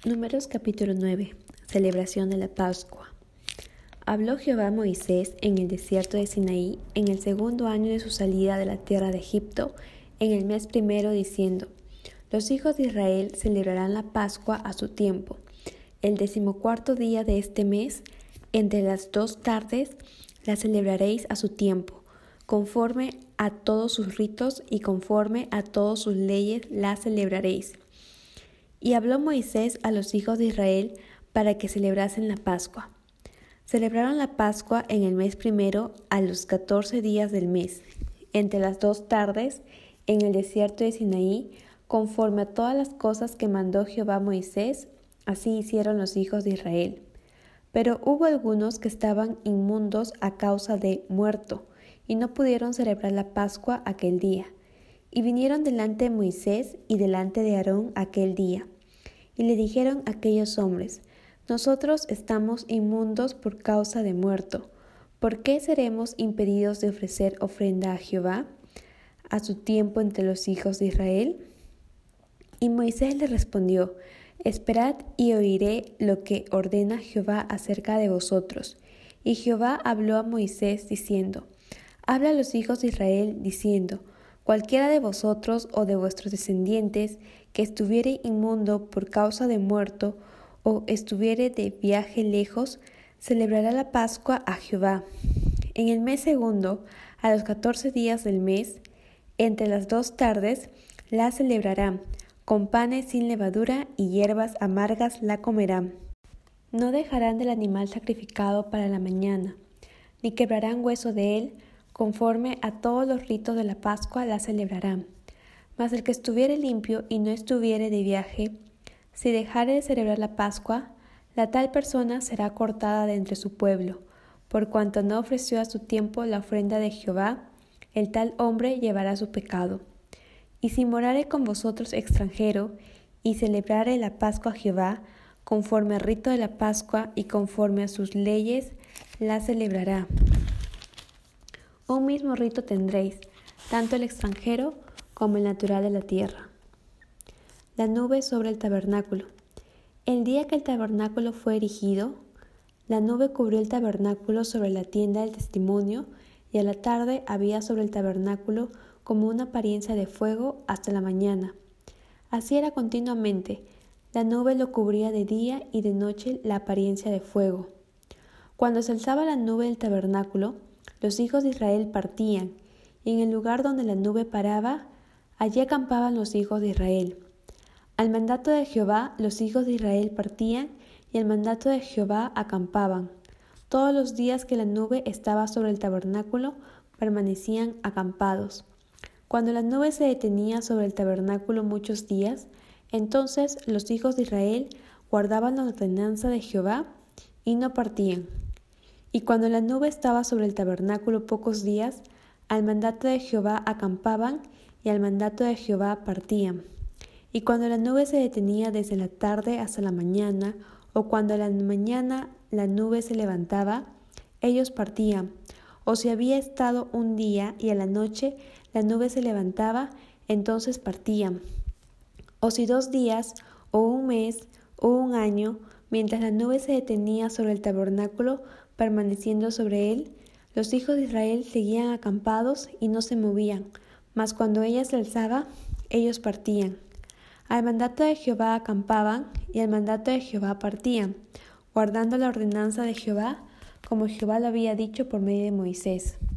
Números capítulo 9. Celebración de la Pascua. Habló Jehová a Moisés en el desierto de Sinaí, en el segundo año de su salida de la tierra de Egipto, en el mes primero, diciendo: Los hijos de Israel celebrarán la Pascua a su tiempo. El 14º día de este mes, entre las 2 tardes, la celebraréis a su tiempo. Conforme a todos sus ritos y conforme a todas sus leyes la celebraréis. Y habló Moisés a los hijos de Israel para que celebrasen la Pascua. Celebraron la Pascua en el mes primero a los 14 días del mes, entre las 2 tardes, en el desierto de Sinaí, conforme a todas las cosas que mandó Jehová a Moisés, así hicieron los hijos de Israel. Pero hubo algunos que estaban inmundos a causa de muerto, y no pudieron celebrar la Pascua aquel día. Y vinieron delante de Moisés y delante de Aarón aquel día. Y le dijeron aquellos hombres: Nosotros estamos inmundos por causa de muerto. ¿Por qué seremos impedidos de ofrecer ofrenda a Jehová a su tiempo entre los hijos de Israel? Y Moisés le respondió: Esperad y oiré lo que ordena Jehová acerca de vosotros. Y Jehová habló a Moisés diciendo: Habla a los hijos de Israel diciendo: Cualquiera de vosotros o de vuestros descendientes que estuviere inmundo por causa de muerto o estuviere de viaje lejos, celebrará la Pascua a Jehová. En el mes segundo, a los 14 días del mes, entre las 2 tardes, la celebrará. Con panes sin levadura y hierbas amargas la comerán. No dejarán del animal sacrificado para la mañana, ni quebrarán hueso de él. Conforme a todos los ritos de la Pascua la celebrarán. Mas el que estuviere limpio y no estuviere de viaje, si dejare de celebrar la Pascua, la tal persona será cortada de entre su pueblo, por cuanto no ofreció a su tiempo la ofrenda de Jehová, el tal hombre llevará su pecado. Y si morare con vosotros extranjero, y celebrare la Pascua a Jehová, conforme al rito de la Pascua y conforme a sus leyes, la celebrará. Un mismo rito tendréis, tanto el extranjero como el natural de la tierra. La nube sobre el tabernáculo. El día que el tabernáculo fue erigido, la nube cubrió el tabernáculo sobre la tienda del testimonio, y a la tarde había sobre el tabernáculo como una apariencia de fuego hasta la mañana. Así era continuamente, la nube lo cubría de día y de noche la apariencia de fuego. Cuando se alzaba la nube del tabernáculo, los hijos de Israel partían, y en el lugar donde la nube paraba, allí acampaban los hijos de Israel. Al mandato de Jehová, los hijos de Israel partían, y al mandato de Jehová acampaban. Todos los días que la nube estaba sobre el tabernáculo, permanecían acampados. Cuando la nube se detenía sobre el tabernáculo muchos días, entonces los hijos de Israel guardaban la ordenanza de Jehová y no partían. Y cuando la nube estaba sobre el tabernáculo pocos días, al mandato de Jehová acampaban y al mandato de Jehová partían. Y cuando la nube se detenía desde la tarde hasta la mañana, o cuando a la mañana la nube se levantaba, ellos partían. O si había estado un día y a la noche la nube se levantaba, entonces partían. O si 2 días, o un mes, o un año, mientras la nube se detenía sobre el tabernáculo, permaneciendo sobre él, los hijos de Israel seguían acampados y no se movían, mas cuando ella se alzaba, ellos partían. Al mandato de Jehová acampaban y al mandato de Jehová partían, guardando la ordenanza de Jehová, como Jehová lo había dicho por medio de Moisés.